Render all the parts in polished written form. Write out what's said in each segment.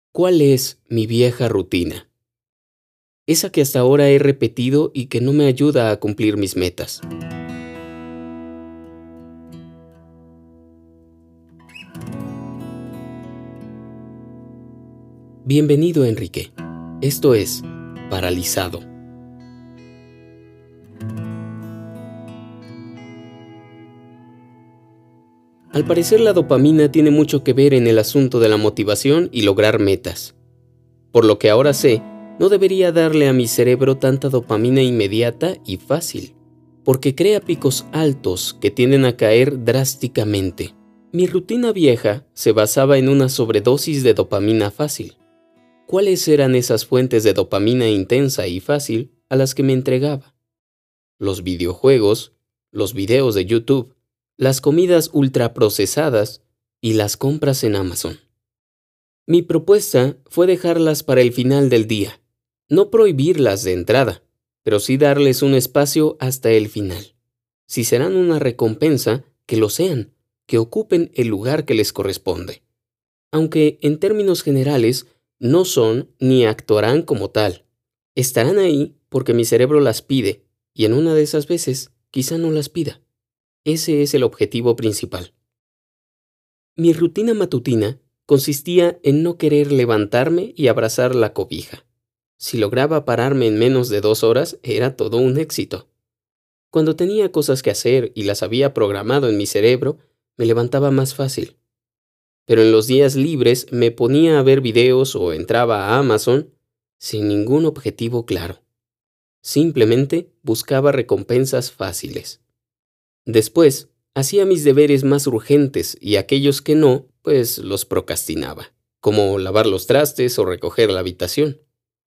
¿Cuál es mi vieja rutina? Esa que hasta ahora he repetido y que no me ayuda a cumplir mis metas. Bienvenido, Enrique. Esto es Paralizado. Al parecer, la dopamina tiene mucho que ver en el asunto de la motivación y lograr metas. Por lo que ahora sé, no debería darle a mi cerebro tanta dopamina inmediata y fácil, porque crea picos altos que tienden a caer drásticamente. Mi rutina vieja se basaba en una sobredosis de dopamina fácil. ¿Cuáles eran esas fuentes de dopamina intensa y fácil a las que me entregaba? Los videojuegos, los videos de YouTube, las comidas ultraprocesadas y las compras en Amazon. Mi propuesta fue dejarlas para el final del día, no prohibirlas de entrada, pero sí darles un espacio hasta el final. Si serán una recompensa, que lo sean, que ocupen el lugar que les corresponde. Aunque en términos generales no son ni actuarán como tal. Estarán ahí porque mi cerebro las pide, y en una de esas veces quizá no las pida. Ese es el objetivo principal. Mi rutina matutina consistía en no querer levantarme y abrazar la cobija. Si lograba pararme en menos de 2 horas, era todo un éxito. Cuando tenía cosas que hacer y las había programado en mi cerebro, me levantaba más fácil. Pero en los días libres me ponía a ver videos o entraba a Amazon sin ningún objetivo claro. Simplemente buscaba recompensas fáciles. Después, hacía mis deberes más urgentes y aquellos que no, pues los procrastinaba, como lavar los trastes o recoger la habitación.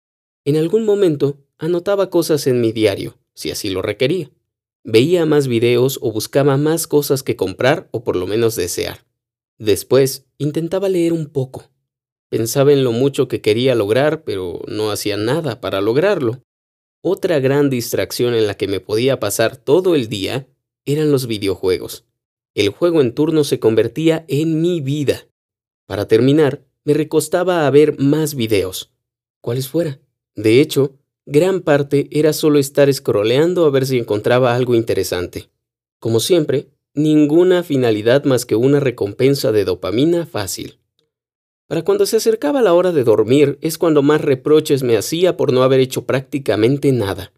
En algún momento, anotaba cosas en mi diario, si así lo requería. Veía más videos o buscaba más cosas que comprar o por lo menos desear. Después, intentaba leer un poco. Pensaba en lo mucho que quería lograr, pero no hacía nada para lograrlo. Otra gran distracción en la que me podía pasar todo el día eran los videojuegos. El juego en turno se convertía en mi vida. Para terminar, me recostaba a ver más videos, cuales fuera. De hecho, gran parte era solo estar scrolleando a ver si encontraba algo interesante. Como siempre, ninguna finalidad más que una recompensa de dopamina fácil. Para cuando se acercaba la hora de dormir es cuando más reproches me hacía por no haber hecho prácticamente nada.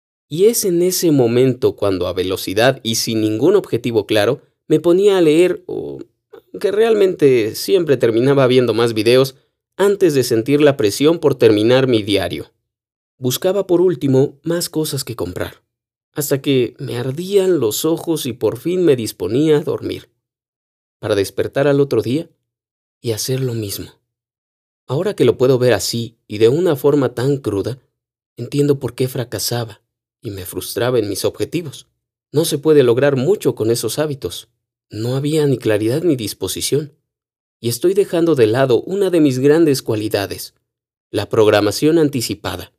Y es en ese momento cuando a velocidad y sin ningún objetivo claro me ponía a leer o que realmente siempre terminaba viendo más videos antes de sentir la presión por terminar mi diario. Buscaba por último más cosas que comprar, hasta que me ardían los ojos y por fin me disponía a dormir, para despertar al otro día y hacer lo mismo. Ahora que lo puedo ver así y de una forma tan cruda, entiendo por qué fracasaba y me frustraba en mis objetivos. No se puede lograr mucho con esos hábitos. No había ni claridad ni disposición. Y estoy dejando de lado una de mis grandes cualidades, la programación anticipada.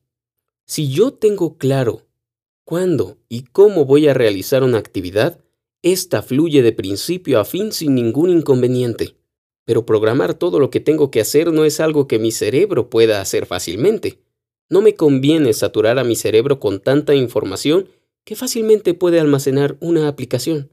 Si yo tengo claro cuándo y cómo voy a realizar una actividad, esta fluye de principio a fin sin ningún inconveniente. Pero programar todo lo que tengo que hacer no es algo que mi cerebro pueda hacer fácilmente. No me conviene saturar a mi cerebro con tanta información que fácilmente puede almacenar una aplicación.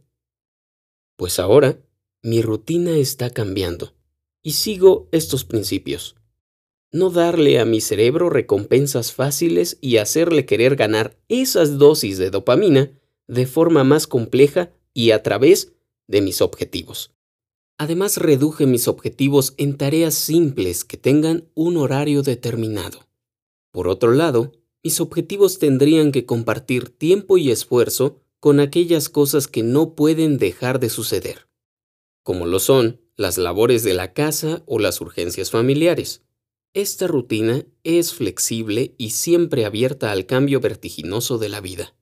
Pues ahora, mi rutina está cambiando y sigo estos principios. No darle a mi cerebro recompensas fáciles y hacerle querer ganar esas dosis de dopamina de forma más compleja y a través de mis objetivos. Además, reduje mis objetivos en tareas simples que tengan un horario determinado. Por otro lado, mis objetivos tendrían que compartir tiempo y esfuerzo con aquellas cosas que no pueden dejar de suceder, como lo son las labores de la casa o las urgencias familiares. Esta rutina es flexible y siempre abierta al cambio vertiginoso de la vida.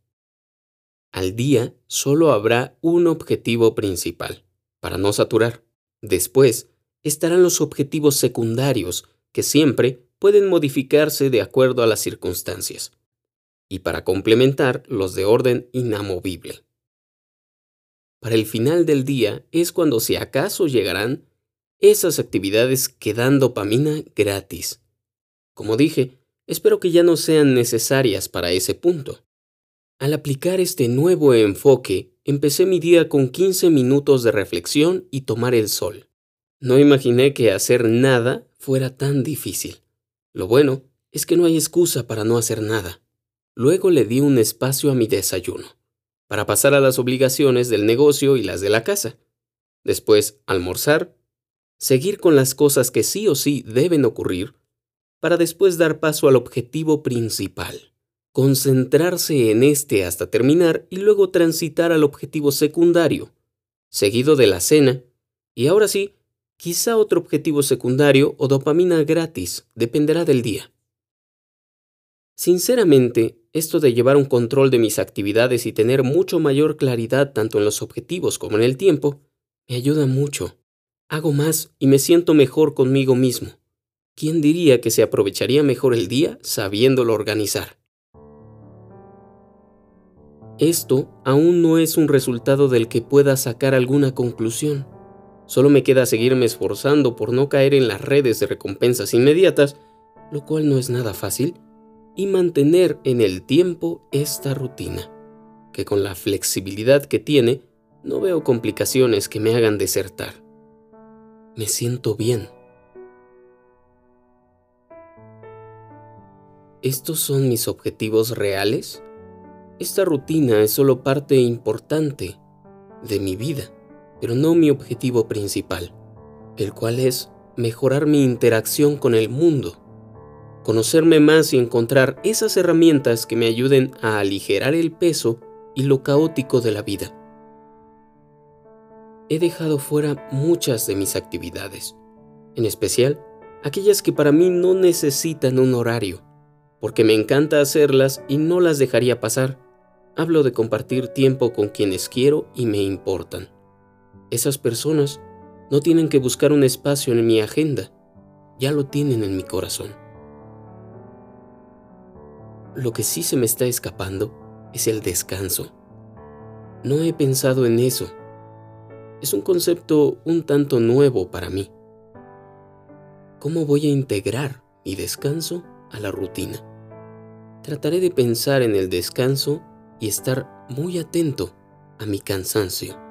Al día solo habrá un objetivo principal, para no saturar. Después estarán los objetivos secundarios, que siempre pueden modificarse de acuerdo a las circunstancias. Y para complementar, los de orden inamovible. Para el final del día es cuando si acaso llegarán esas actividades que dan dopamina gratis. Como dije, espero que ya no sean necesarias para ese punto. Al aplicar este nuevo enfoque, empecé mi día con 15 minutos de reflexión y tomar el sol. No imaginé que hacer nada fuera tan difícil. Lo bueno es que no hay excusa para no hacer nada. Luego le di un espacio a mi desayuno, para pasar a las obligaciones del negocio y las de la casa. Después, almorzar, seguir con las cosas que sí o sí deben ocurrir, para después dar paso al objetivo principal. Concentrarse en este hasta terminar y luego transitar al objetivo secundario, seguido de la cena, y ahora sí, quizá otro objetivo secundario o dopamina gratis, dependerá del día. Sinceramente, esto de llevar un control de mis actividades y tener mucho mayor claridad tanto en los objetivos como en el tiempo, me ayuda mucho. Hago más y me siento mejor conmigo mismo. ¿Quién diría que se aprovecharía mejor el día sabiéndolo organizar? Esto aún no es un resultado del que pueda sacar alguna conclusión. Solo me queda seguirme esforzando por no caer en las redes de recompensas inmediatas, lo cual no es nada fácil, y mantener en el tiempo esta rutina, que con la flexibilidad que tiene, no veo complicaciones que me hagan desertar. Me siento bien. ¿Estos son mis objetivos reales? Esta rutina es solo parte importante de mi vida, pero no mi objetivo principal, el cual es mejorar mi interacción con el mundo, conocerme más y encontrar esas herramientas que me ayuden a aligerar el peso y lo caótico de la vida. He dejado fuera muchas de mis actividades, en especial aquellas que para mí no necesitan un horario, porque me encanta hacerlas y no las dejaría pasar. Hablo de compartir tiempo con quienes quiero y me importan. Esas personas no tienen que buscar un espacio en mi agenda, ya lo tienen en mi corazón. Lo que sí se me está escapando es el descanso. No he pensado en eso. Es un concepto un tanto nuevo para mí. ¿Cómo voy a integrar mi descanso a la rutina? Trataré de pensar en el descanso y estar muy atento a mi cansancio.